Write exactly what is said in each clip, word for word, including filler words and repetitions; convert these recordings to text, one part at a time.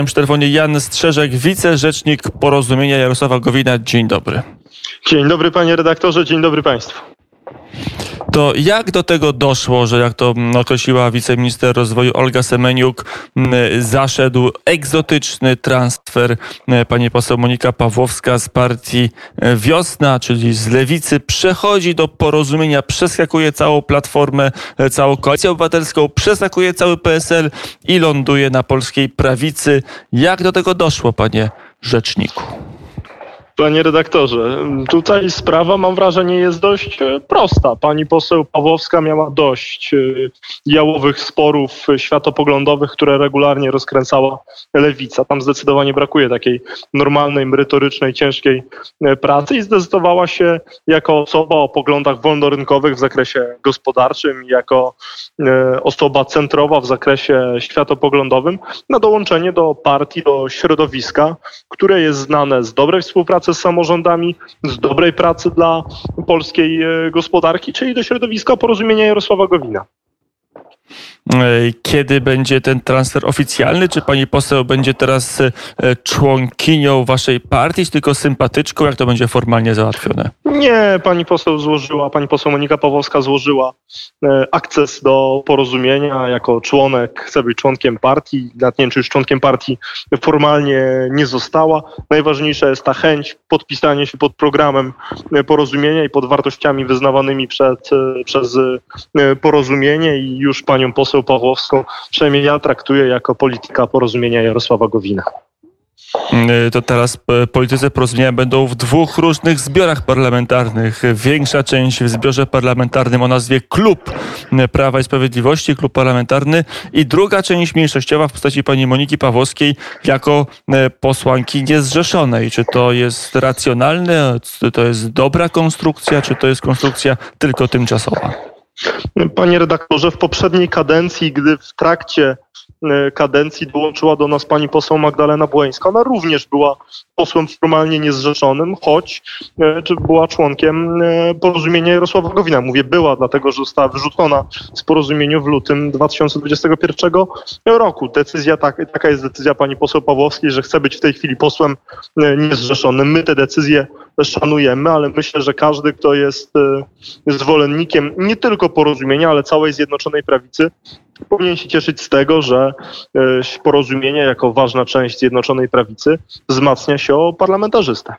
Przy telefonie Jan Strzeżek, wicerzecznik Porozumienia Jarosława Gowina. Dzień dobry. Dzień dobry, panie redaktorze, dzień dobry państwu. To jak do tego doszło, że jak to określiła wiceminister rozwoju Olga Semeniuk, zaszedł egzotyczny transfer pani poseł Monika Pawłowska z partii Wiosna, czyli z Lewicy, przechodzi do Porozumienia, przeskakuje całą Platformę, całą Koalicję Obywatelską, przeskakuje cały P S L i ląduje na polskiej prawicy. Jak do tego doszło, panie rzeczniku? Panie redaktorze, tutaj sprawa, mam wrażenie, jest dość prosta. Pani poseł Pawłowska miała dość jałowych sporów światopoglądowych, które regularnie rozkręcała Lewica. Tam zdecydowanie brakuje takiej normalnej, merytorycznej, ciężkiej pracy i zdecydowała się jako osoba o poglądach wolnorynkowych w zakresie gospodarczym, jako osoba centrowa w zakresie światopoglądowym na dołączenie do partii, do środowiska, które jest znane z dobrej współpracy z samorządami, z dobrej pracy dla polskiej gospodarki, czyli do środowiska Porozumienia Jarosława Gowina. Kiedy będzie ten transfer oficjalny? Czy pani poseł będzie teraz członkinią waszej partii, czy tylko sympatyczką? Jak to będzie formalnie załatwione? Nie, pani poseł złożyła, pani poseł Monika Pawłowska złożyła akces do Porozumienia jako członek, chce być członkiem partii. Nawet nie wiem, czy już członkiem partii formalnie nie została. Najważniejsza jest ta chęć podpisania się pod programem Porozumienia i pod wartościami wyznawanymi przed, przez Porozumienie i już panią poseł Pawłowską przynajmniej ja traktuję jako polityka Porozumienia Jarosława Gowina. To teraz politycy Porozumienia będą w dwóch różnych zbiorach parlamentarnych. Większa część w zbiorze parlamentarnym o nazwie Klub Prawa i Sprawiedliwości, klub parlamentarny, i druga część mniejszościowa w postaci pani Moniki Pawłowskiej jako posłanki niezrzeszonej. Czy to jest racjonalne? Czy to jest dobra konstrukcja? Czy to jest konstrukcja tylko tymczasowa? Panie redaktorze, w poprzedniej kadencji, gdy w trakcie kadencji dołączyła do nas pani poseł Magdalena Błońska, ona również była posłem formalnie niezrzeszonym, choć czy była członkiem Porozumienia Jarosława Gowina. Mówię była, dlatego że została wyrzucona z Porozumieniu w lutym dwa tysiące dwudziestego pierwszego roku. Decyzja, tak, taka jest decyzja pani poseł Pawłowskiej, że chce być w tej chwili posłem niezrzeszonym. My te decyzje szanujemy, ale myślę, że każdy, kto jest zwolennikiem nie tylko Porozumienia, ale całej Zjednoczonej Prawicy, powinien się cieszyć z tego, że Porozumienie jako ważna część Zjednoczonej Prawicy wzmacnia się o parlamentarzystę.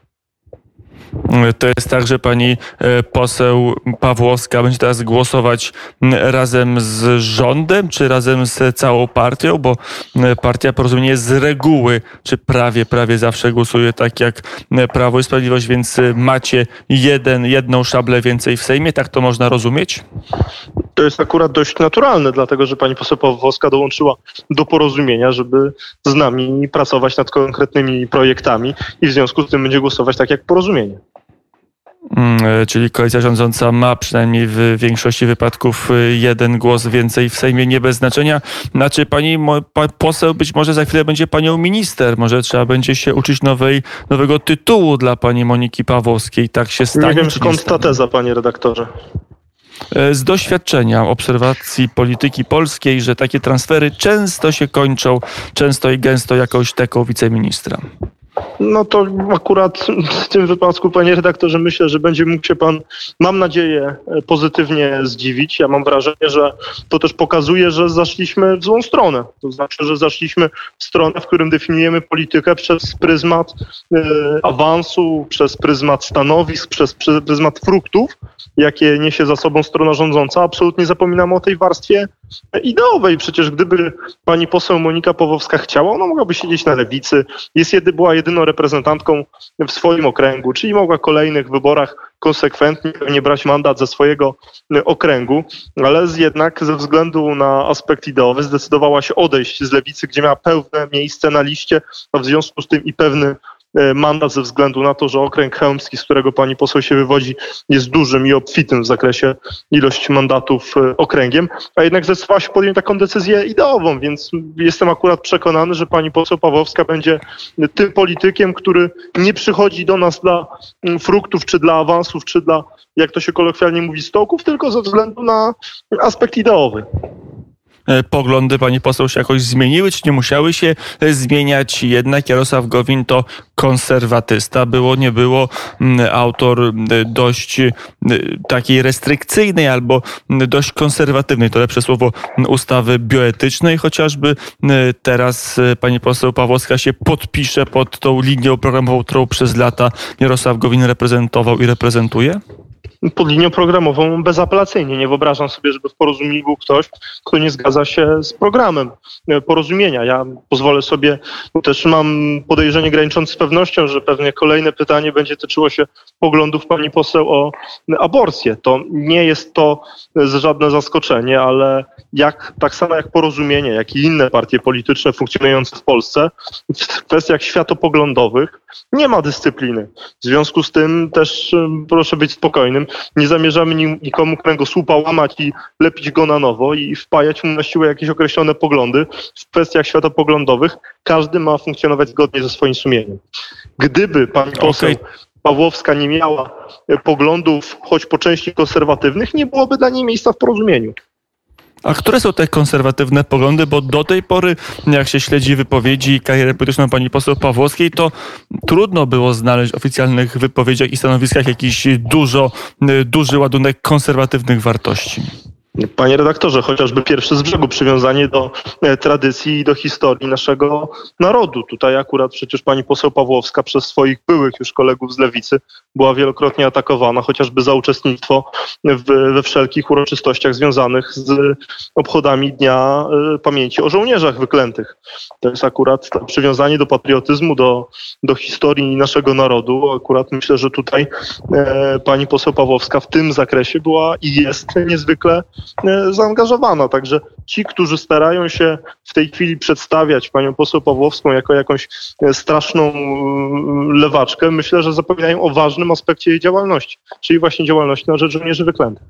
To jest tak, że pani poseł Pawłowska będzie teraz głosować razem z rządem, czy razem z całą partią? Bo partia Porozumienie z reguły, czy prawie, prawie zawsze głosuje tak jak Prawo i Sprawiedliwość, więc macie jeden, jedną szablę więcej w Sejmie. Tak to można rozumieć? To jest akurat dość naturalne, dlatego że pani poseł Pawłowska dołączyła do Porozumienia, żeby z nami pracować nad konkretnymi projektami i w związku z tym będzie głosować tak jak Porozumienie. Hmm, czyli koalicja rządząca ma przynajmniej w większości wypadków jeden głos więcej w Sejmie, nie bez znaczenia. Znaczy pani pa, poseł być może za chwilę będzie panią minister, może trzeba będzie się uczyć nowej, nowego tytułu dla pani Moniki Pawłowskiej. Tak się stanie? Nie wiem skąd ta teza, panie redaktorze. Z doświadczenia obserwacji polityki polskiej, że takie transfery często się kończą, często i gęsto jakąś teką wiceministra. No to akurat w tym wypadku, panie redaktorze, myślę, że będzie mógł się pan, mam nadzieję, pozytywnie zdziwić. Ja mam wrażenie, że to też pokazuje, że zaszliśmy w złą stronę. To znaczy, że zaszliśmy w stronę, w którym definiujemy politykę przez pryzmat y, awansu, przez pryzmat stanowisk, przez pryzmat fruktów, jakie niesie za sobą strona rządząca. Absolutnie zapominamy o tej warstwie ideowej. Przecież gdyby pani poseł Monika Pawłowska chciała, ona mogłaby siedzieć na lewicy. Jest jedy, była jedyną reprezentantką w swoim okręgu, czyli mogła w kolejnych wyborach konsekwentnie nie brać mandat ze swojego okręgu, ale jednak ze względu na aspekt ideowy zdecydowała się odejść z lewicy, gdzie miała pełne miejsce na liście, a w związku z tym i pewny mandat ze względu na to, że okręg chełmski, z którego pani poseł się wywodzi, jest dużym i obfitym w zakresie ilości mandatów okręgiem, a jednak zdecydowała się podjąć taką decyzję ideową, więc jestem akurat przekonany, że pani poseł Pawłowska będzie tym politykiem, który nie przychodzi do nas dla fruktów, czy dla awansów, czy dla, jak to się kolokwialnie mówi, stołków, tylko ze względu na aspekt ideowy. poglądy pani poseł się jakoś zmieniły, czy nie musiały się zmieniać? Jednak Jarosław Gowin to konserwatysta. Było, nie było, autor dość takiej restrykcyjnej albo dość konserwatywnej, to lepsze słowo, ustawy bioetycznej. Chociażby teraz pani poseł Pawłowska się podpisze pod tą linią programową, którą przez lata Jarosław Gowin reprezentował i reprezentuje? Pod linią programową bezapelacyjnie. Nie wyobrażam sobie, żeby w porozumieniu był ktoś, kto nie zgadza się z programem porozumienia. Ja pozwolę sobie, też mam podejrzenie graniczące z pewnością, że pewnie kolejne pytanie będzie tyczyło się poglądów pani poseł o aborcję. To nie jest to żadne zaskoczenie, ale jak, tak samo jak Porozumienie, jak i inne partie polityczne funkcjonujące w Polsce, w kwestiach światopoglądowych nie ma dyscypliny. W związku z tym też proszę być spokojnym. Nie zamierzamy nikomu kręgosłupa łamać i lepić go na nowo i wpajać mu na siłę jakieś określone poglądy w kwestiach światopoglądowych. Każdy ma funkcjonować zgodnie ze swoim sumieniem. Gdyby pani poseł okay. Pawłowska nie miała poglądów, choć po części konserwatywnych, nie byłoby dla niej miejsca w porozumieniu. A które są te konserwatywne poglądy? Bo do tej pory, jak się śledzi wypowiedzi i karierę polityczną pani poseł Pawłowskiej, to trudno było znaleźć w oficjalnych wypowiedziach i stanowiskach jakiś dużo, duży ładunek konserwatywnych wartości. Panie redaktorze, chociażby pierwsze z brzegu przywiązanie do tradycji i do historii naszego narodu. Tutaj akurat przecież pani poseł Pawłowska przez swoich byłych już kolegów z lewicy była wielokrotnie atakowana, chociażby za uczestnictwo w, we wszelkich uroczystościach związanych z obchodami Dnia Pamięci o Żołnierzach Wyklętych. To jest akurat to przywiązanie do patriotyzmu, do, do historii naszego narodu. Akurat myślę, że tutaj e, pani poseł Pawłowska w tym zakresie była i jest niezwykle zaangażowana. Także ci, którzy starają się w tej chwili przedstawiać panią poseł Pawłowską jako jakąś straszną lewaczkę, myślę, że zapominają o ważnym aspekcie jej działalności, czyli właśnie działalności na rzecz żołnierzy wyklętych.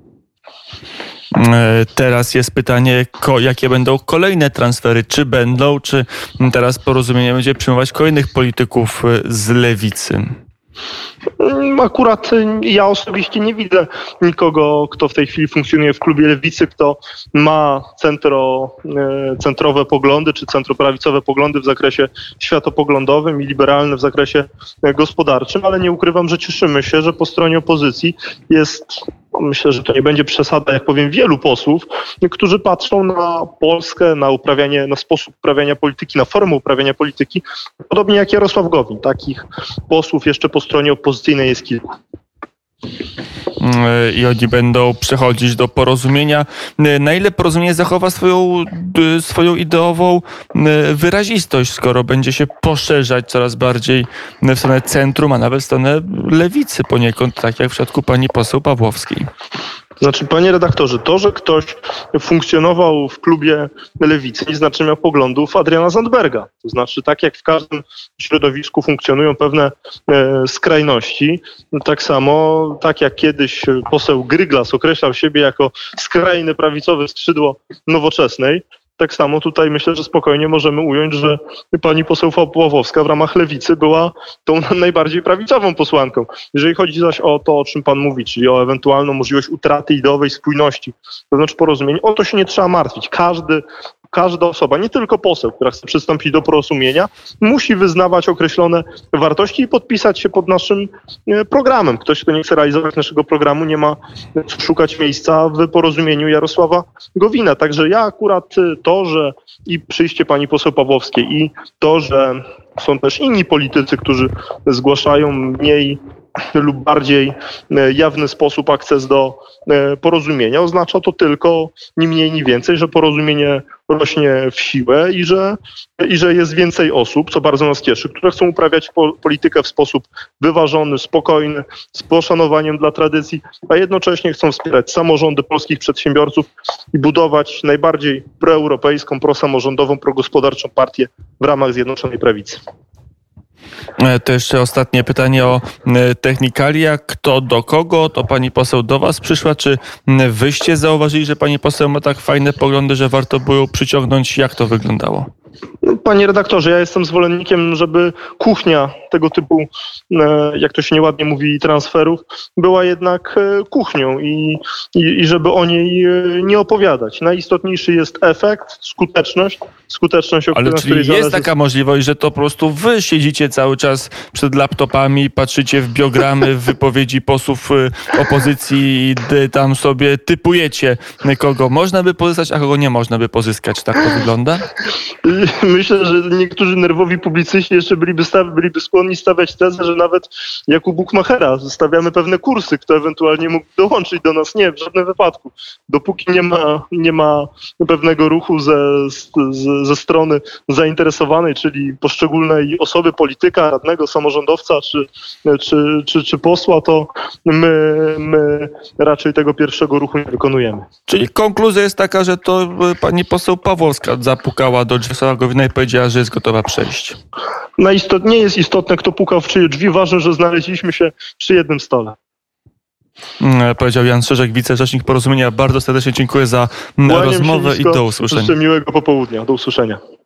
Teraz jest pytanie, jakie będą kolejne transfery? Czy będą, czy teraz Porozumienie będzie przyjmować kolejnych polityków z lewicy? Akurat ja osobiście nie widzę nikogo, kto w tej chwili funkcjonuje w klubie lewicy, kto ma centro, centrowe poglądy czy centroprawicowe poglądy w zakresie światopoglądowym i liberalne w zakresie gospodarczym, ale nie ukrywam, że cieszymy się, że po stronie opozycji jest, myślę, że to nie będzie przesada, jak powiem, wielu posłów, którzy patrzą na Polskę, na uprawianie, na sposób uprawiania polityki, na formę uprawiania polityki, podobnie jak Jarosław Gowin. Takich posłów jeszcze po stronie opozycyjnej jest kilku. I oni będą przechodzić do Porozumienia. Na ile Porozumienie zachowa swoją, swoją ideową wyrazistość, skoro będzie się poszerzać coraz bardziej w stronę centrum, a nawet w stronę lewicy poniekąd, tak jak w przypadku pani poseł Pawłowskiej? Znaczy, panie redaktorze, to, że ktoś funkcjonował w klubie lewicy, nie znaczy miał poglądów Adriana Zandberga. To znaczy, tak jak w każdym środowisku funkcjonują pewne e, skrajności, tak samo, tak jak kiedyś poseł Gryglas określał siebie jako skrajne prawicowe skrzydło Nowoczesnej, tak samo tutaj myślę, że spokojnie możemy ująć, że pani poseł Pawłowska w ramach lewicy była tą najbardziej prawicową posłanką. Jeżeli chodzi zaś o to, o czym pan mówi, czyli o ewentualną możliwość utraty ideowej spójności, to znaczy porozumień, o to się nie trzeba martwić. Każdy Każda osoba, nie tylko poseł, która chce przystąpić do porozumienia, musi wyznawać określone wartości i podpisać się pod naszym programem. Ktoś, kto nie chce realizować naszego programu, nie ma szukać miejsca w porozumieniu Jarosława Gowina. Także ja akurat to, że i przyjście pani poseł Pawłowskiej i to, że są też inni politycy, którzy zgłaszają mniej lub bardziej jawny sposób akces do porozumienia, oznacza to tylko ni mniej, ni więcej, że porozumienie rośnie w siłę i że, i że jest więcej osób, co bardzo nas cieszy, które chcą uprawiać po, politykę w sposób wyważony, spokojny, z poszanowaniem dla tradycji, a jednocześnie chcą wspierać samorządy polskich przedsiębiorców i budować najbardziej proeuropejską, prosamorządową, progospodarczą partię w ramach Zjednoczonej Prawicy. To jeszcze ostatnie pytanie o technikalia. Kto do kogo? To pani poseł do was przyszła. Czy wyście zauważyli, że pani poseł ma tak fajne poglądy, że warto było ją przyciągnąć? Jak to wyglądało? Panie redaktorze, ja jestem zwolennikiem, żeby kuchnia tego typu, jak to się nieładnie mówi, transferów, była jednak kuchnią i, i, i żeby o niej nie opowiadać. Najistotniejszy jest efekt, skuteczność, skuteczność, o Ale na czyli której jest zależy... taka możliwość, że to po prostu wy siedzicie cały czas przed laptopami, patrzycie w biogramy, w wypowiedzi posłów opozycji i tam sobie typujecie, kogo można by pozyskać, a kogo nie można by pozyskać. Tak to wygląda? Myślę, że niektórzy nerwowi publicyści jeszcze byliby, staw, byliby skłonni stawiać tezę, że nawet jak u Bukmachera stawiamy pewne kursy, kto ewentualnie mógł dołączyć do nas. Nie, w żadnym wypadku. Dopóki nie ma, nie ma pewnego ruchu ze, ze, ze strony zainteresowanej, czyli poszczególnej osoby, polityka, radnego, samorządowca czy, czy, czy, czy posła, to my, my raczej tego pierwszego ruchu nie wykonujemy. Czyli konkluzja jest taka, że to pani poseł Pawłowska zapukała do Czesława Gowina i powiedziała, że jest gotowa przejść. Na istot, nie jest istotne, kto pukał w czyje drzwi. Ważne, że znaleźliśmy się przy jednym stole. Powiedział Jan Strzeżek, wicerzecznik Porozumienia. Bardzo serdecznie dziękuję za Kłaniam rozmowę i do usłyszenia. Życzę miłego popołudnia. Do usłyszenia.